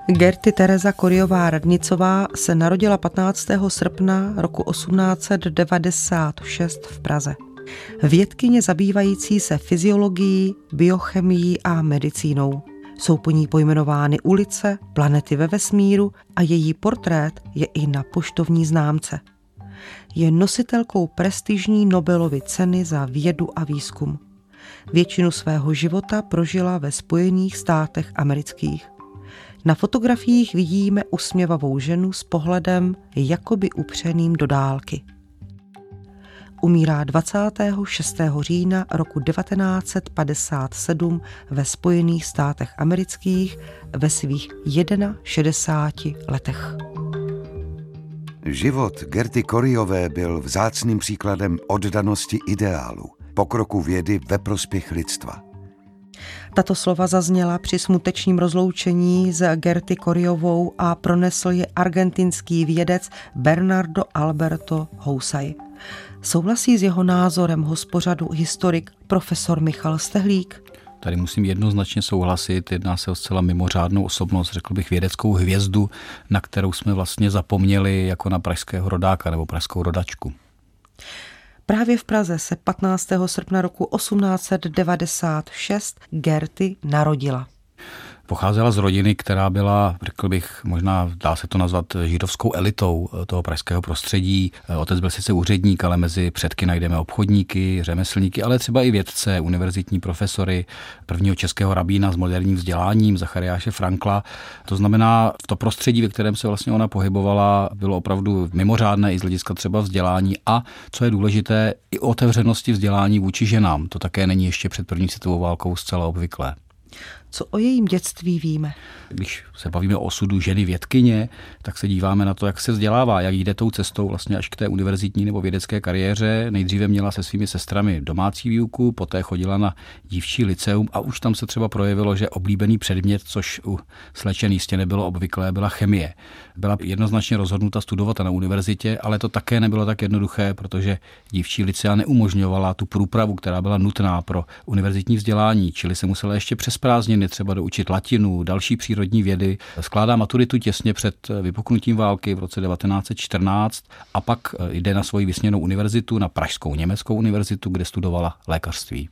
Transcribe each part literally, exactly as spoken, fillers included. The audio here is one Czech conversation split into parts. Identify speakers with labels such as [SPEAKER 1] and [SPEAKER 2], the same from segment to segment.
[SPEAKER 1] Gerty Tereza Koryjová Radnicová se narodila patnáctého srpna roku osmnáct set devadesát šest v Praze. Vědkyně zabývající se fyziologií, biochemií a medicínou. Jsou po ní pojmenovány ulice, planety ve vesmíru a její portrét je i na poštovní známce. Je nositelkou prestižní Nobelovy ceny za vědu a výzkum. Většinu svého života prožila ve Spojených státech amerických. Na fotografiích vidíme usměvavou ženu s pohledem jakoby upřeným do dálky. Umírá dvacátého šestého října roku devatenáct set padesát sedm ve Spojených státech amerických ve svých šedesáti jedné letech.
[SPEAKER 2] Život Gerty Koryjové byl vzácným příkladem oddanosti ideálu, pokroku vědy ve prospěch lidstva.
[SPEAKER 1] Tato slova zazněla při smutečním rozloučení s Gerty Koryjovou a pronesl je argentinský vědec Bernardo Alberto Houssay. Souhlasí s jeho názorem hospořadu historik profesor Michal Stehlík?
[SPEAKER 3] Tady musím jednoznačně souhlasit, jedná se o zcela mimořádnou osobnost, řekl bych vědeckou hvězdu, na kterou jsme vlastně zapomněli jako na pražského rodáka nebo pražskou rodačku.
[SPEAKER 1] Právě v Praze se patnáctého srpna roku osmnáct set devadesát šest Gerty narodila.
[SPEAKER 3] Pocházela z rodiny, která byla, řekl bych, možná dá se to nazvat židovskou elitou toho pražského prostředí. Otec byl sice úředník, ale mezi předky najdeme obchodníky, řemeslníky, ale třeba i vědce, univerzitní profesory, prvního českého rabína s moderním vzděláním, Zachariáše Frankla. To znamená, v to prostředí, ve kterém se vlastně ona pohybovala, bylo opravdu mimořádné i z hlediska třeba vzdělání a, co je důležité, i otevřenosti vzdělání vůči ženám. To také není ještě před první světovou válkou zcela obvyklé.
[SPEAKER 1] Co o jejím dětství víme?
[SPEAKER 3] Když se bavíme o osudu ženy vědkyně, tak se díváme na to, jak se vzdělává, jak jde tou cestou vlastně až k té univerzitní nebo vědecké kariéře. Nejdříve měla se svými sestrami domácí výuku, poté chodila na dívčí lyceum a už tam se třeba projevilo, že oblíbený předmět, což u slečen jistě nebylo obvyklé, byla chemie. Byla jednoznačně rozhodnuta studovat na univerzitě, ale to také nebylo tak jednoduché, protože dívčí lycea neumožňovala tu průpravu, která byla nutná pro univerzitní vzdělání, čili se musela ještě přes prázdniny třeba doučit latinu, další přírodní vědy. Skládá maturitu těsně před vypuknutím války v roce devatenáct set čtrnáct a pak jde na svoji vysněnou univerzitu, na Pražskou německou univerzitu, kde studovala lékařství.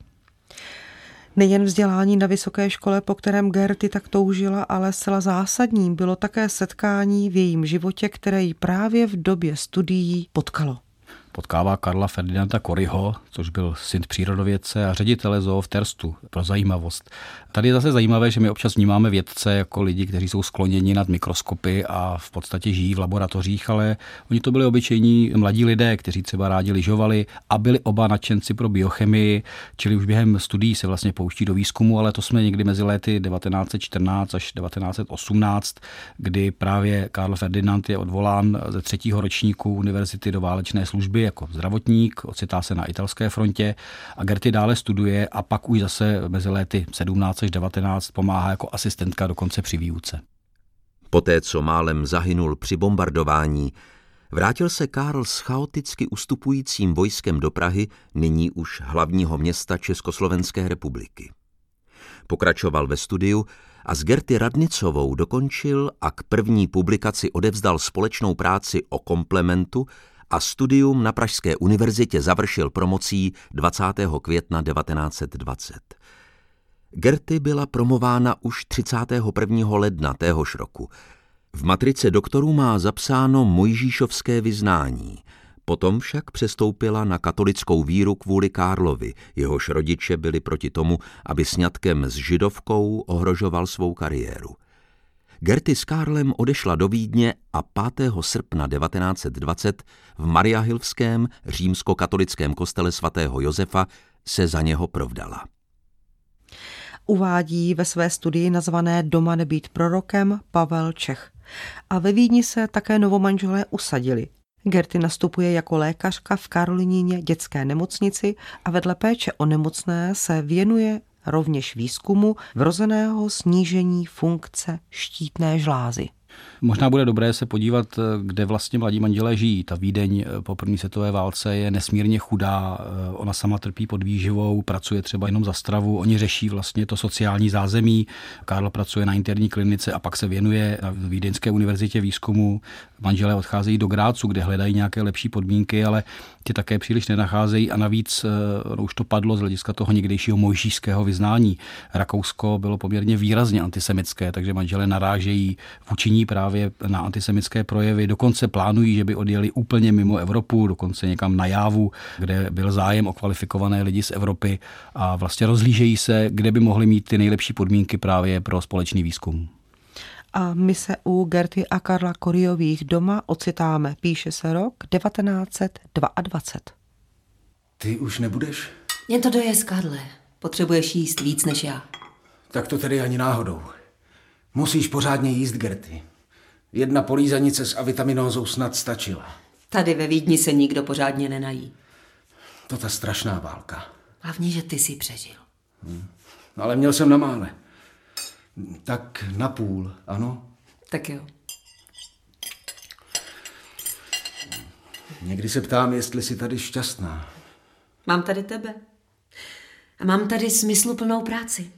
[SPEAKER 1] Nejen vzdělání na vysoké škole, po kterém Gerty tak toužila, ale zcela zásadním bylo také setkání v jejím životě, které ji právě v době studií potkalo.
[SPEAKER 3] Potkává Karla Ferdinanda Koryho, což byl syn přírodovědce a ředitele zoo v Terstu, pro zajímavost. Tady je zase zajímavé, že my občas vnímáme vědce jako lidi, kteří jsou skloněni nad mikroskopy a v podstatě žijí v laboratořích, ale oni to byli obyčejní mladí lidé, kteří třeba rádi lyžovali a byli oba nadšenci pro biochemii, čili už během studií se vlastně pouští do výzkumu, ale to jsme někdy mezi léty devatenáct set čtrnáct až devatenáct set osmnáct, kdy právě Karl Ferdinand je odvolán ze třetího ročníku univerzity do válečné služby jako zdravotník, ocitá se na italské frontě a Gerty dále studuje a pak už zase mezi léty sedmnáct až devatenáct pomáhá jako asistentka dokonce při výuce.
[SPEAKER 4] Poté, co málem zahynul při bombardování, vrátil se Karl s chaoticky ustupujícím vojskem do Prahy, nyní už hlavního města Československé republiky. Pokračoval ve studiu a s Gerty Radnicovou dokončil a k první publikaci odevzdal společnou práci o komplementu a studium na Pražské univerzitě završil promocí dvacátého května devatenáct set dvacet. Gerty byla promována už třicátého prvního ledna téhož roku. V matrice doktorů má zapsáno mojžíšovské vyznání. Potom však přestoupila na katolickou víru kvůli Karlovi, jehož rodiče byli proti tomu, aby sňatkem s židovkou ohrožoval svou kariéru. Gerty s Karlem odešla do Vídně a pátého srpna devatenáct set dvacet v Mariahilském římskokatolickém kostele svatého Josefa se za něho provdala.
[SPEAKER 1] Uvádí ve své studii nazvané Doma nebýt prorokem Pavel Čech. A ve Vídni se také novomanželé usadili. Gerty nastupuje jako lékařka v Karolíně dětské nemocnici a vedle péče o nemocné se věnuje rovněž výzkumu vrozeného snížení funkce štítné žlázy.
[SPEAKER 3] Možná bude dobré se podívat, kde vlastně mladí manželé žijí. Ta Vídeň po první světové válce je nesmírně chudá, ona sama trpí podvýživou, pracuje třeba jenom za stravu, oni řeší vlastně to sociální zázemí. Karl pracuje na interní klinice a pak se věnuje na Vídeňské univerzitě výzkumu. Manželé odcházejí do Grácu, kde hledají nějaké lepší podmínky, ale ty také příliš nenacházejí a navíc no, už to padlo z hlediska toho někdejšího mojžíšského vyznání. Rakousko bylo poměrně výrazně antisemické, takže manželé narážejí vůči ní právě na antisemické projevy. Dokonce plánují, že by odjeli úplně mimo Evropu, dokonce někam na Jávu, kde byl zájem o kvalifikované lidi z Evropy a vlastně rozhlížejí se, kde by mohli mít ty nejlepší podmínky právě pro společný výzkum.
[SPEAKER 1] A my se u Gerty a Karla Koryjových doma ocitáme. Píše se rok devatenáct set dvacet dva.
[SPEAKER 5] Ty už nebudeš?
[SPEAKER 6] Jen to dojez, Karle. Potřebuješ jíst víc než já.
[SPEAKER 5] Tak to tedy ani náhodou. Musíš pořádně jíst, Gerty. Jedna polízanice s avitaminózou snad stačila.
[SPEAKER 6] Tady ve Vídni se nikdo pořádně nenají.
[SPEAKER 5] To ta strašná válka.
[SPEAKER 6] Hlavně, že ty si přežil.
[SPEAKER 5] Hmm. Ale měl jsem na mále. Tak na půl, ano?
[SPEAKER 6] Tak jo.
[SPEAKER 5] Někdy se ptám, jestli jsi tady šťastná.
[SPEAKER 6] Mám tady tebe. A mám tady smysluplnou práci.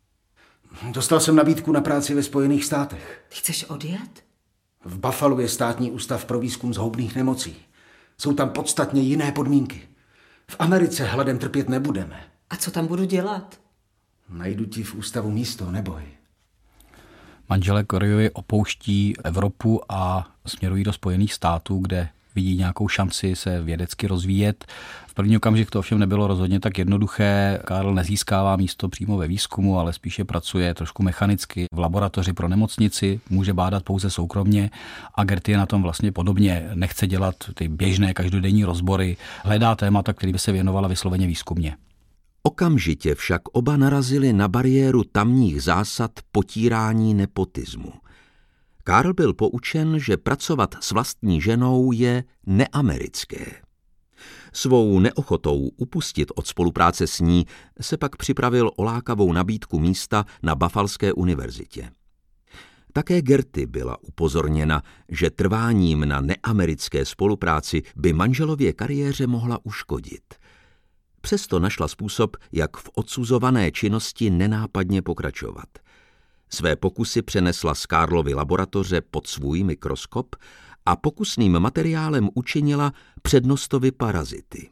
[SPEAKER 5] Dostal jsem nabídku na práci ve Spojených státech.
[SPEAKER 6] Ty chceš odjet?
[SPEAKER 5] V Buffalu je státní ústav pro výzkum zhoubných nemocí. Jsou tam podstatně jiné podmínky. V Americe hladem trpět nebudeme.
[SPEAKER 6] A co tam budu dělat?
[SPEAKER 5] Najdu ti v ústavu místo, neboj.
[SPEAKER 3] Manželé Koryjovi opouští Evropu a směrují do Spojených států, kde vidí nějakou šanci se vědecky rozvíjet. V první okamžik to ovšem nebylo rozhodně tak jednoduché. Karl nezískává místo přímo ve výzkumu, ale spíše pracuje trošku mechanicky v laboratoři pro nemocnici, může bádat pouze soukromně a Gerty je na tom vlastně podobně. Nechce dělat ty běžné každodenní rozbory, hledá témata, který by se věnovala vysloveně výzkumně.
[SPEAKER 4] Okamžitě však oba narazili na bariéru tamních zásad potírání nepotismu. Karl byl poučen, že pracovat s vlastní ženou je neamerické. Svou neochotou upustit od spolupráce s ní se pak připravil o lákavou nabídku místa na Buffalské univerzitě. Také Gerty byla upozorněna, že trváním na neamerické spolupráci by manželově kariéře mohla uškodit. Přesto našla způsob, jak v odsuzované činnosti nenápadně pokračovat. Své pokusy přenesla z Karlovy laboratoře pod svůj mikroskop a pokusným materiálem učinila přednostovy parazity.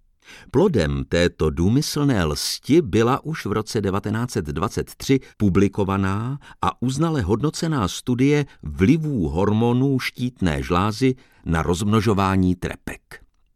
[SPEAKER 4] Plodem této důmyslné lsti byla už v roce devatenáct set dvacet tři publikovaná a uznale hodnocená studie vlivů hormonů štítné žlázy na rozmnožování trepek.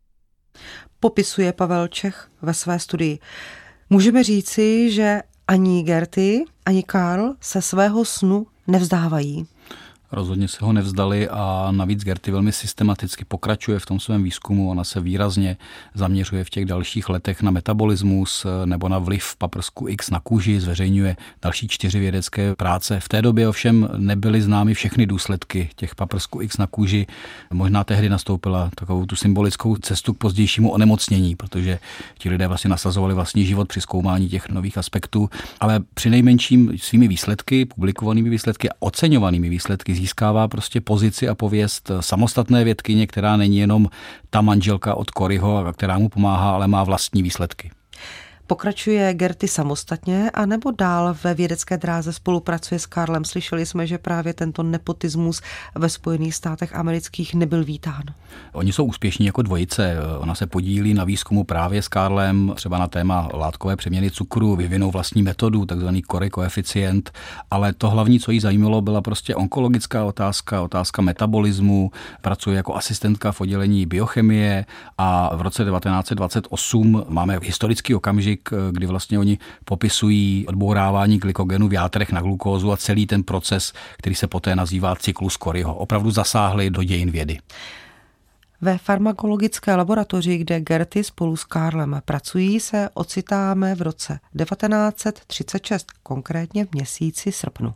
[SPEAKER 1] Popisuje Pavel Čech ve své studii. Můžeme říci, že ani Gerty, ani Karl se svého snu nevzdávají.
[SPEAKER 3] Rozhodně se ho nevzdali a navíc Gerty velmi systematicky pokračuje v tom svém výzkumu. Ona se výrazně zaměřuje v těch dalších letech na metabolismus nebo na vliv paprsku X na kůži, zveřejňuje další čtyři vědecké práce. V té době ovšem nebyly známy všechny důsledky těch paprsků X na kůži. Možná tehdy nastoupila takovou tu symbolickou cestu k pozdějšímu onemocnění, protože ti lidé vlastně nasazovali vlastní život při zkoumání těch nových aspektů, ale přinejmenším svými výsledky, publikovanými výsledky a oceňovanými výsledky získává prostě pozici a pověst samostatné vědkyně, která není jenom ta manželka od Koryho, která mu pomáhá, ale má vlastní výsledky.
[SPEAKER 1] Pokračuje Gerty samostatně a nebo dál ve vědecké dráze spolupracuje s Karlem? Slyšeli jsme, že právě tento nepotismus ve Spojených státech amerických nebyl vítán.
[SPEAKER 3] Oni jsou úspěšní jako dvojice. Ona se podílí na výzkumu právě s Karlem, třeba na téma látkové přeměny cukru, vyvinou vlastní metodu, takzvaný Kory koeficient, ale to hlavní, co jí zajímalo, byla prostě onkologická otázka, otázka metabolismu, pracuje jako asistentka v oddělení biochemie a v roce devatenáct set dvacet osm máme historický okamžik, kdy vlastně oni popisují odbourávání glykogenu v játrech na glukózu a celý ten proces, který se poté nazývá cyklus Koryho. Opravdu zasáhli do dějin vědy.
[SPEAKER 1] Ve farmakologické laboratoři, kde Gerty spolu s Karlem pracují, se ocitáme v roce devatenáct set třicet šest, konkrétně v měsíci srpnu.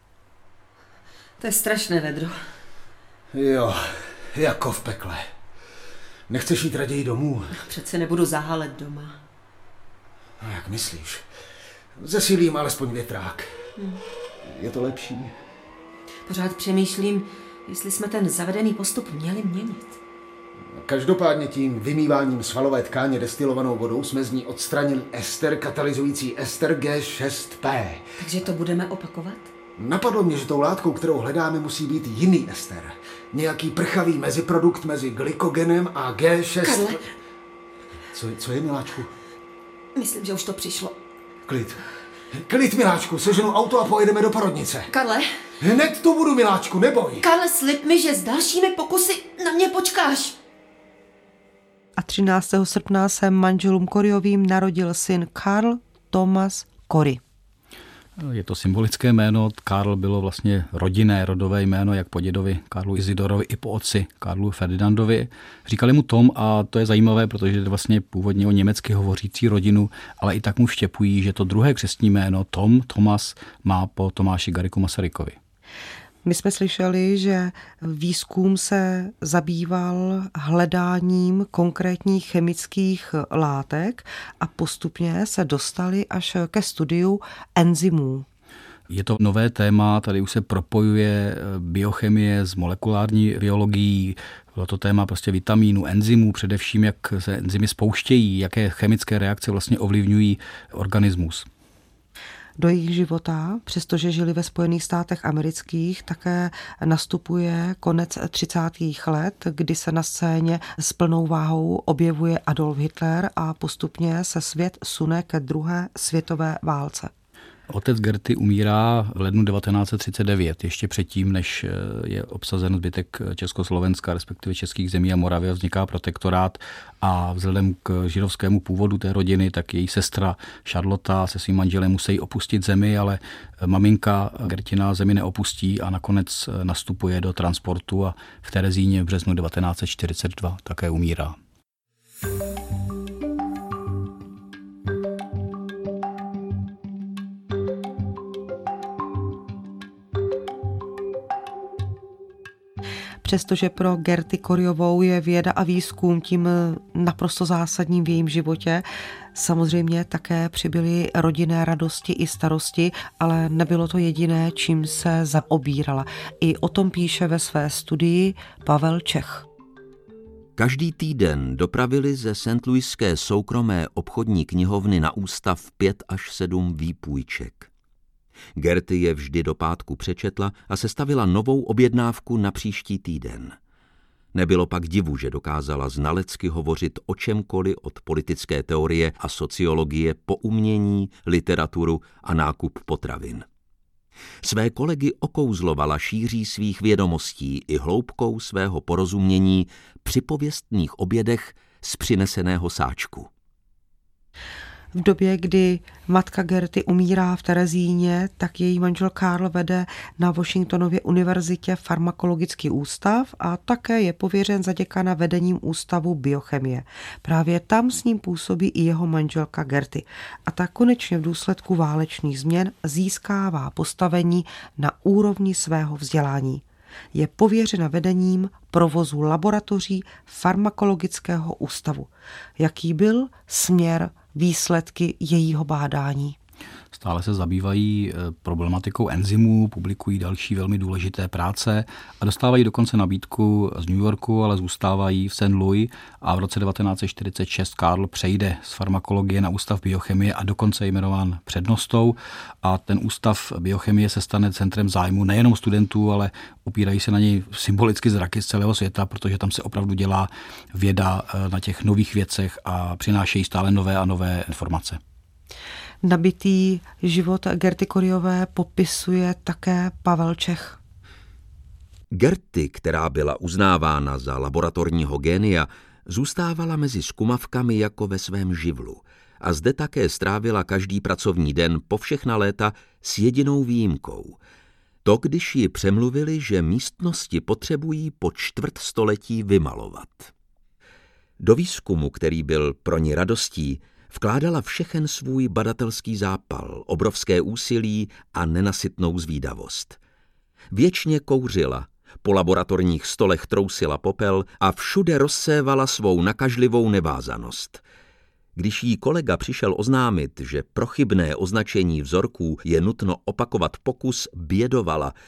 [SPEAKER 6] To je strašné vedro.
[SPEAKER 5] Jo, jako v pekle. Nechceš jít raději domů?
[SPEAKER 6] Přece nebudu zahalet doma.
[SPEAKER 5] No, jak myslíš? Zesílím alespoň větrák. Hmm. Je to lepší?
[SPEAKER 6] Pořád přemýšlím, jestli jsme ten zavedený postup měli měnit.
[SPEAKER 5] Každopádně tím vymýváním svalové tkáně destilovanou vodou jsme z ní odstranili ester katalyzující ester G šest P.
[SPEAKER 6] Takže to budeme opakovat?
[SPEAKER 5] Napadlo mě, že tou látkou, kterou hledáme, musí být jiný ester. Nějaký prchavý meziprodukt mezi glykogenem a G šest...
[SPEAKER 6] Karle!
[SPEAKER 5] Co, co je, miláčku?
[SPEAKER 6] Myslím, že už to přišlo.
[SPEAKER 5] Klid. Klid, miláčku, seženu auto a pojedeme do porodnice.
[SPEAKER 6] Karle!
[SPEAKER 5] Hned tu budu, miláčku, neboj.
[SPEAKER 6] Karle, slib mi, že s dalšími pokusy na mě počkáš.
[SPEAKER 1] A třináctého srpna se manželům Coryovým narodil syn Karl Thomas Cory.
[SPEAKER 3] Je to symbolické jméno. Karl bylo vlastně rodinné, rodové jméno, jak po dědovi Karlu Izidorovi i po otci Karlu Ferdinandovi. Říkali mu Tom a to je zajímavé, protože je vlastně původně o německy hovořící rodinu, ale i tak mu vštěpují, že to druhé křestní jméno Tom, Thomas, má po Tomáši Garrigueovi Masarykovi.
[SPEAKER 1] My jsme slyšeli, že výzkum se zabýval hledáním konkrétních chemických látek a postupně se dostali až ke studiu enzymů.
[SPEAKER 3] Je to nové téma, tady už se propojuje biochemie s molekulární biologií. Bylo to téma prostě vitamínů, enzymů, především jak se enzymy spouštějí, jaké chemické reakce vlastně ovlivňují organismus.
[SPEAKER 1] Do jejich života, přestože žili ve Spojených státech amerických, také nastupuje konec třicátých let, kdy se na scéně s plnou váhou objevuje Adolf Hitler a postupně se svět sune ke druhé světové válce.
[SPEAKER 3] Otec Gerty umírá v lednu devatenáct set třicet devět, ještě předtím, než je obsazen zbytek Československa, respektive českých zemí a Moravy, vzniká protektorát a vzhledem k židovskému původu té rodiny, tak její sestra Charlotta se svým manželem musí opustit zemi, ale maminka Gertina zemi neopustí a nakonec nastupuje do transportu a v Terezíně v březnu devatenáct set čtyřicet dva také umírá.
[SPEAKER 1] Přestože pro Gerty Coryovou je věda a výzkum tím naprosto zásadním v jejím životě, samozřejmě také přibyly rodinné radosti i starosti, ale nebylo to jediné, čím se zaobírala. I o tom píše ve své studii Pavel Čech.
[SPEAKER 4] Každý týden dopravili ze Saint Louiské soukromé obchodní knihovny na ústav pět až sedm výpůjček. Gerty je vždy do pátku přečetla a sestavila novou objednávku na příští týden. Nebylo pak divu, že dokázala znalecky hovořit o čemkoliv od politické teorie a sociologie po umění, literaturu a nákup potravin. Své kolegy okouzlovala šíří svých vědomostí i hloubkou svého porozumění při pověstných obědech z přineseného sáčku.
[SPEAKER 1] V době, kdy matka Gerty umírá v Terezíně, tak její manžel Karl vede na Washingtonově univerzitě farmakologický ústav a také je pověřen za děkana vedením ústavu biochemie. Právě tam s ním působí i jeho manželka Gerty. A tak konečně v důsledku válečných změn získává postavení na úrovni svého vzdělání. Je pověřena vedením provozu laboratoří farmakologického ústavu. Jaký byl směr, výsledky jejího bádání?
[SPEAKER 3] Stále se zabývají problematikou enzymů, publikují další velmi důležité práce a dostávají dokonce nabídku z New Yorku, ale zůstávají v Saint Louis a v roce devatenáct set čtyřicet šest Karl přejde z farmakologie na ústav biochemie a dokonce je jmenován přednostou a ten ústav biochemie se stane centrem zájmu nejenom studentů, ale upírají se na něj symbolicky zraky z celého světa, protože tam se opravdu dělá věda na těch nových věcech a přinášejí stále nové a nové informace.
[SPEAKER 1] Nabitý život Gerty Coryové popisuje také Pavel Čech.
[SPEAKER 4] Gerty, která byla uznávána za laboratorního génia, zůstávala mezi zkumavkami jako ve svém živlu a zde také strávila každý pracovní den po všechna léta s jedinou výjimkou. To, když ji přemluvili, že místnosti potřebují po čtvrt století vymalovat. Do výzkumu, který byl pro ní radostí, vkládala všechen svůj badatelský zápal, obrovské úsilí a nenasytnou zvídavost. Věčně kouřila, po laboratorních stolech trousila popel a všude rozsévala svou nakažlivou nevázanost. Když jí kolega přišel oznámit, že pro chybné označení vzorků je nutno opakovat pokus, bědovala.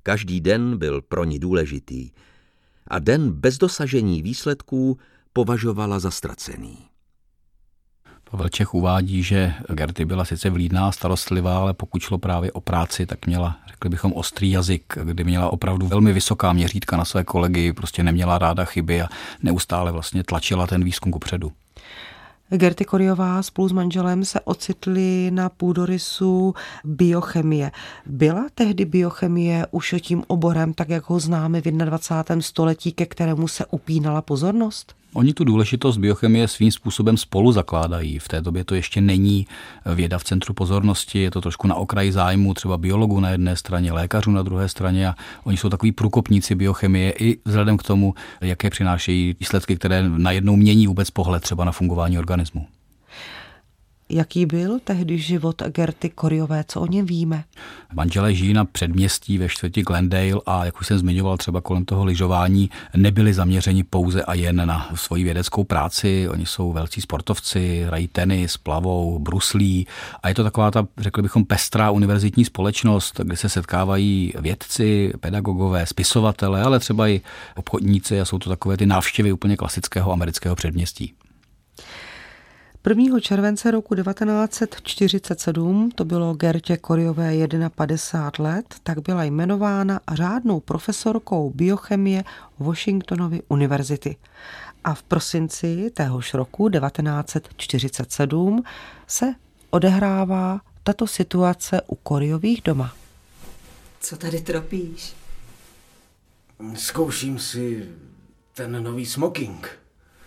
[SPEAKER 4] Každý den byl pro ní důležitý a den bez dosažení výsledků považovala za ztracený.
[SPEAKER 3] Pavel Čech uvádí, že Gerty byla sice vlídná, starostlivá, ale pokud šlo právě o práci, tak měla, řekli bychom, ostrý jazyk, kdy měla opravdu velmi vysoká měřítka na své kolegy, prostě neměla ráda chyby a neustále vlastně tlačila ten výzkum kupředu.
[SPEAKER 1] Gerty Koryová spolu s manželem se ocitli na půdorysu biochemie. Byla tehdy biochemie už tím oborem, tak jak ho známe v dvacátém prvním století, ke kterému se upínala pozornost?
[SPEAKER 3] Oni tu důležitost biochemie svým způsobem spolu zakládají. V té době to ještě není věda v centru pozornosti, je to trošku na okraji zájmu, třeba biologů na jedné straně, lékařů na druhé straně a oni jsou takový průkopníci biochemie i vzhledem k tomu, jaké přinášejí výsledky, které najednou mění vůbec pohled třeba na fungování organismu.
[SPEAKER 1] Jaký byl tehdy život Gerty Koryové, co o něm víme?
[SPEAKER 3] Manželé žijí na předměstí ve čtvrti Glendale a jak už jsem zmiňoval, třeba kolem toho lyžování nebyli zaměřeni pouze a jen na svoji vědeckou práci. Oni jsou velcí sportovci, hrají tenis, plavou, bruslí a je to taková ta, řekli bychom, pestrá univerzitní společnost, kde se setkávají vědci, pedagogové, spisovatelé, ale třeba i obchodníci a jsou to takové ty návštěvy úplně klasického amerického předměstí.
[SPEAKER 1] prvního července roku devatenáct set čtyřicet sedm, to bylo Gertě Koryové padesát jedna let, tak byla jmenována řádnou profesorkou biochemie Washingtonovy univerzity. A v prosinci téhož roku devatenáct set čtyřicet sedm se odehrává tato situace u Koryových doma.
[SPEAKER 6] Co tady tropíš?
[SPEAKER 5] Zkouším si ten nový smoking.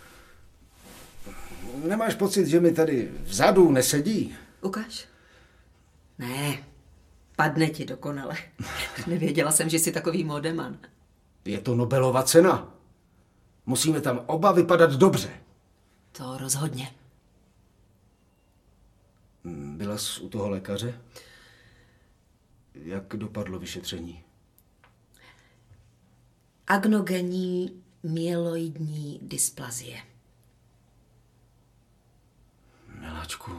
[SPEAKER 5] Nemáš pocit, že mi tady vzadu nesedí?
[SPEAKER 6] Ukaž. Ne, padne ti dokonale. Nevěděla jsem, že jsi takový modeman.
[SPEAKER 5] Je to Nobelova cena. Musíme tam oba vypadat dobře.
[SPEAKER 6] To rozhodně.
[SPEAKER 5] Byla jsi u toho lékaře? Jak dopadlo vyšetření?
[SPEAKER 6] Agnogenní myeloidní dysplazie.
[SPEAKER 5] Miláčku,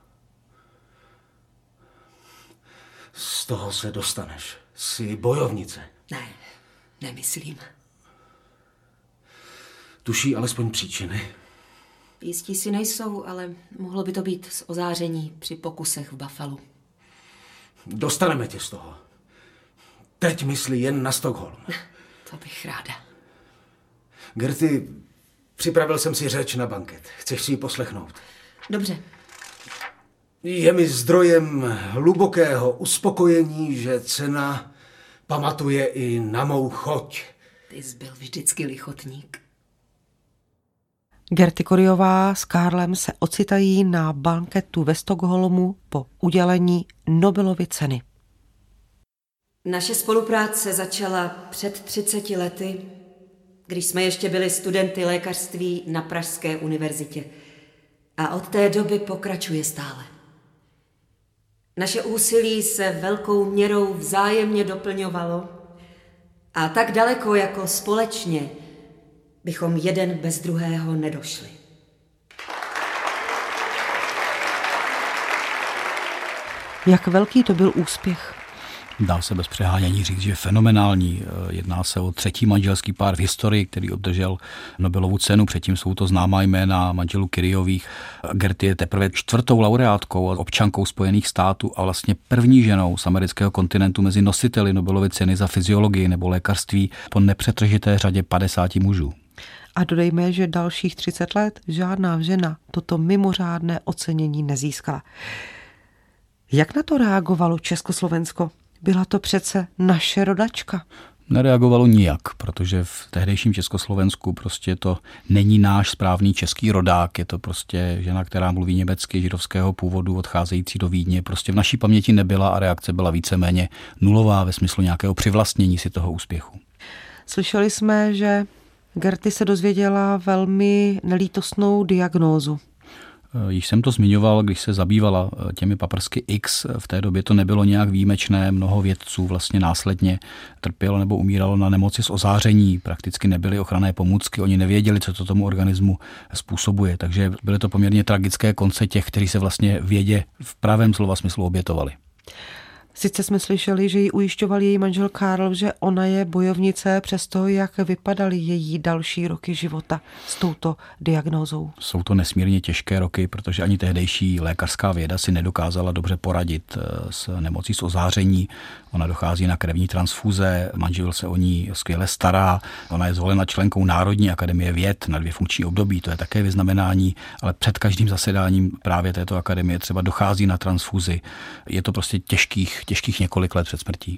[SPEAKER 5] z toho se dostaneš. Jsi bojovnice.
[SPEAKER 6] Ne, nemyslím.
[SPEAKER 5] Tuší alespoň příčiny?
[SPEAKER 6] Jistí si nejsou, ale mohlo by to být z ozáření při pokusech v Buffalu.
[SPEAKER 5] Dostaneme tě z toho. Teď myslí jen na Stockholm.
[SPEAKER 6] To bych ráda.
[SPEAKER 5] Gerty, připravil jsem si řeč na banket. Chceš si ji poslechnout?
[SPEAKER 6] Dobře.
[SPEAKER 5] Je mi zdrojem hlubokého uspokojení, že cena pamatuje i na mou choť.
[SPEAKER 6] Ty jsi byl vždycky lichotník.
[SPEAKER 1] Gerty Koryová s Karlem se ocitají na banketu ve Stockholmu po udělení Nobelovy ceny.
[SPEAKER 6] Naše spolupráce začala před třiceti lety, když jsme ještě byli studenty lékařství na Pražské univerzitě. A od té doby pokračuje stále. Naše úsilí se velkou měrou vzájemně doplňovalo a tak daleko jako společně bychom jeden bez druhého nedošli.
[SPEAKER 1] Jak velký to byl úspěch?
[SPEAKER 3] Dá se bez přehánění říct, že je fenomenální. Jedná se o třetí manželský pár v historii, který obdržel Nobelovu cenu. Předtím jsou to známá jména manželů Curyových. Gerty je teprve čtvrtou laureátkou a občankou Spojených států a vlastně první ženou z amerického kontinentu mezi nositeli Nobelovy ceny za fyziologii nebo lékařství po nepřetržité řadě padesáti mužů.
[SPEAKER 1] A dodejme, že dalších třicet let žádná žena toto mimořádné ocenění nezískala. Jak na to reagovalo Československo? Byla to přece naše rodačka.
[SPEAKER 3] Nereagovalo nijak, protože v tehdejším Československu prostě to není náš správný český rodák, je to prostě žena, která mluví německy, židovského původu, odcházející do Vídně. Prostě v naší paměti nebyla a reakce byla víceméně nulová ve smyslu nějakého přivlastnění si toho úspěchu.
[SPEAKER 1] Slyšeli jsme, že Gerty se dozvěděla velmi nelítostnou diagnózu.
[SPEAKER 3] Již jsem to zmiňoval, když se zabývala těmi paprsky X, v té době to nebylo nějak výjimečné, mnoho vědců vlastně následně trpělo nebo umíralo na nemoci z ozáření, prakticky nebyly ochranné pomůcky, oni nevěděli, co to tomu organismu způsobuje, takže byly to poměrně tragické konce těch, kteří se vlastně vědě v pravém slova smyslu obětovali.
[SPEAKER 1] Sice jsme slyšeli, že ji ujišťoval její manžel Karl, že ona je bojovnice, přesto jak vypadaly její další roky života s touto diagnózou.
[SPEAKER 3] Jsou to nesmírně těžké roky, protože ani tehdejší lékařská věda si nedokázala dobře poradit s nemocí z ozáření. Ona dochází na krevní transfuze, manžel se o ní skvěle stará, ona je zvolena členkou Národní akademie věd na dvě funkční období, to je také vyznamenání, ale před každým zasedáním právě této akademie třeba dochází na transfuzi. Je to prostě těžkých, těžkých několik let před smrtí.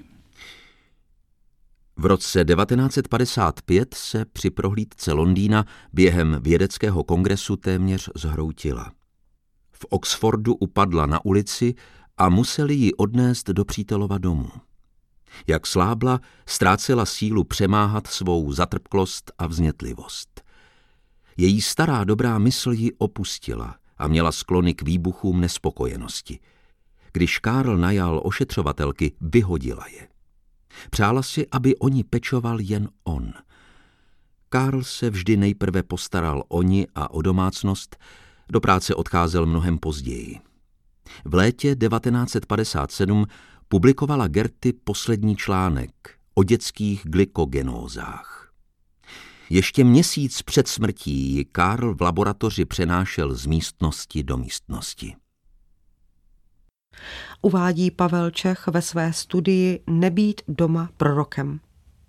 [SPEAKER 4] V roce devatenáct set padesát pět se při prohlídce Londýna během vědeckého kongresu téměř zhroutila. V Oxfordu upadla na ulici a museli ji odnést do přítelova domu. Jak slábla, ztrácela sílu přemáhat svou zatrpklost a vznětlivost. Její stará dobrá mysl ji opustila a měla sklony k výbuchům nespokojenosti. Když Karl najal ošetřovatelky, vyhodila je. Přála si, aby o ní pečoval jen on. Karl se vždy nejprve postaral o ni a o domácnost, do práce odcházel mnohem později. V létě devatenáct set padesát sedm publikovala Gerty poslední článek o dětských glykogenózách. Ještě měsíc před smrtí ji Karl v laboratoři přenášel z místnosti do místnosti.
[SPEAKER 1] Uvádí Pavel Čech ve své studii Nebýt doma prorokem.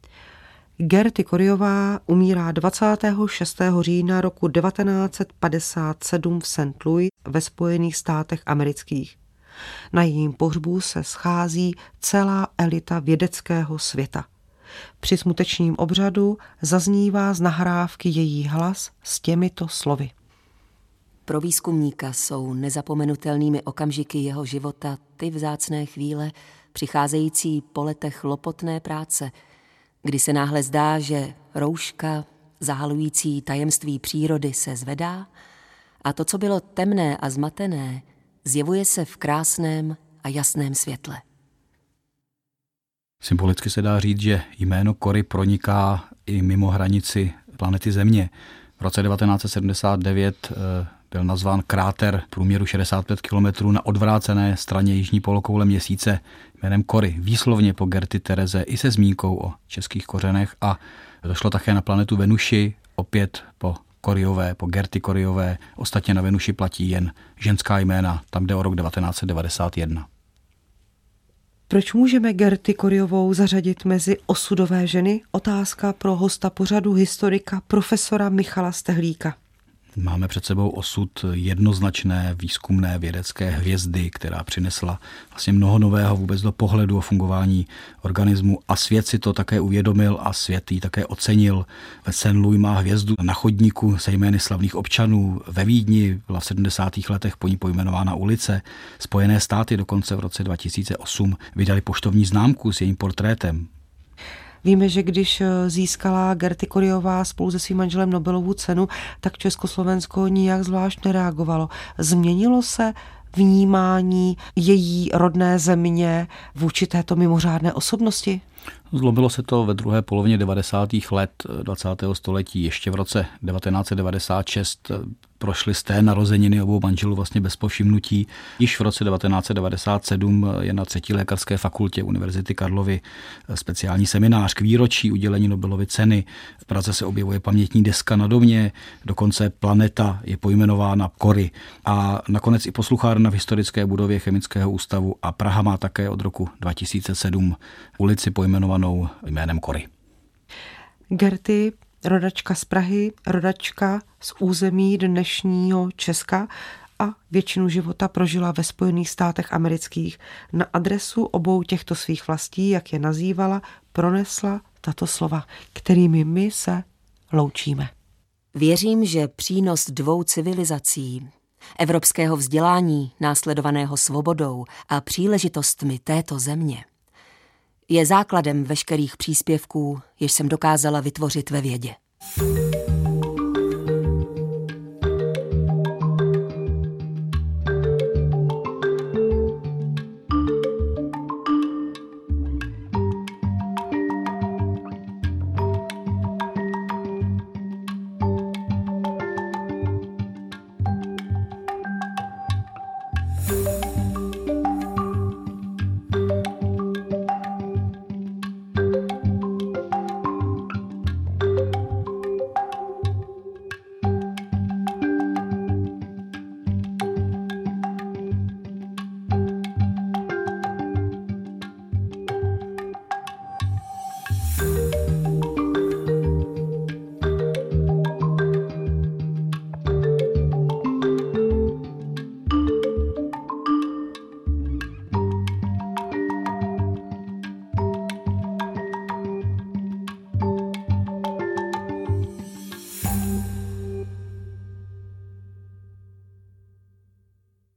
[SPEAKER 1] Gerty Coryová umírá dvacátého šestého října roku devatenáct set padesát sedm v Saint Louis ve Spojených státech amerických. Na jejím pohřbu se schází celá elita vědeckého světa. Při smutečním obřadu zaznívá z nahrávky její hlas s těmito slovy.
[SPEAKER 6] Pro výzkumníka jsou nezapomenutelnými okamžiky jeho života ty vzácné chvíle, přicházející po letech lopotné práce, kdy se náhle zdá, že rouška zahalující tajemství přírody se zvedá a to, co bylo temné a zmatené, zjevuje se v krásném a jasném světle.
[SPEAKER 3] Symbolicky se dá říct, že jméno Cory proniká i mimo hranici planety Země. V roce devatenáct set sedmdesát devět byl nazván kráter průměru šedesát pět kilometrů na odvrácené straně jižní polokoule Měsíce jménem Cory, výslovně po Gerty Tereze i se zmínkou o českých kořenech, a došlo také na planetu Venuši, opět po Coryové, po Gerty Coryové. Ostatně na Venuši platí jen ženská jména, tam jde o rok devatenáct set devadesát jedna.
[SPEAKER 1] Proč můžeme Gerty Coryovou zařadit mezi osudové ženy? Otázka pro hosta pořadu, historika profesora Michala Stehlíka.
[SPEAKER 3] Máme před sebou osud jednoznačné výzkumné vědecké hvězdy, která přinesla vlastně mnoho nového vůbec do pohledu o fungování organismu, a svět si to také uvědomil a svět ji také ocenil. Ve Saint Louis má hvězdu na chodníku se jmény slavných občanů. Ve Vídni byla v sedmdesátých letech po ní pojmenována ulice. Spojené státy dokonce v roce dva tisíce osm vydali poštovní známku s jejím portrétem.
[SPEAKER 1] Víme, že když získala Gerty Coryová spolu se svým manželem Nobelovu cenu, tak Československo nijak zvlášť nereagovalo. Změnilo se vnímání její rodné země vůči této mimořádné osobnosti?
[SPEAKER 3] Zlomilo se to ve druhé polovině devadesátých let dvacátého století. Ještě v roce devatenáct set devadesát šest prošly z té narozeniny obou manželů vlastně bez povšimnutí. Již v roce devatenáct set devadesát sedm je na třetí lékařské fakultě Univerzity Karlovy speciální seminář k výročí udělení Nobelovy ceny. V Praze se objevuje pamětní deska na domě, dokonce planeta je pojmenována Cory. A nakonec i posluchárna v historické budově Chemického ústavu, a Praha má také od roku dva tisíce sedm ulici pojmenovanou jménem Cory.
[SPEAKER 1] Gerty, rodačka z Prahy, rodačka z území dnešního Česka a většinu života prožila ve Spojených státech amerických. Na adresu obou těchto svých vlastí, jak je nazývala, pronesla tato slova, kterými my se loučíme.
[SPEAKER 6] Věřím, že přínos dvou civilizací, evropského vzdělání následovaného svobodou a příležitostmi této země, je základem veškerých příspěvků, jež jsem dokázala vytvořit ve vědě.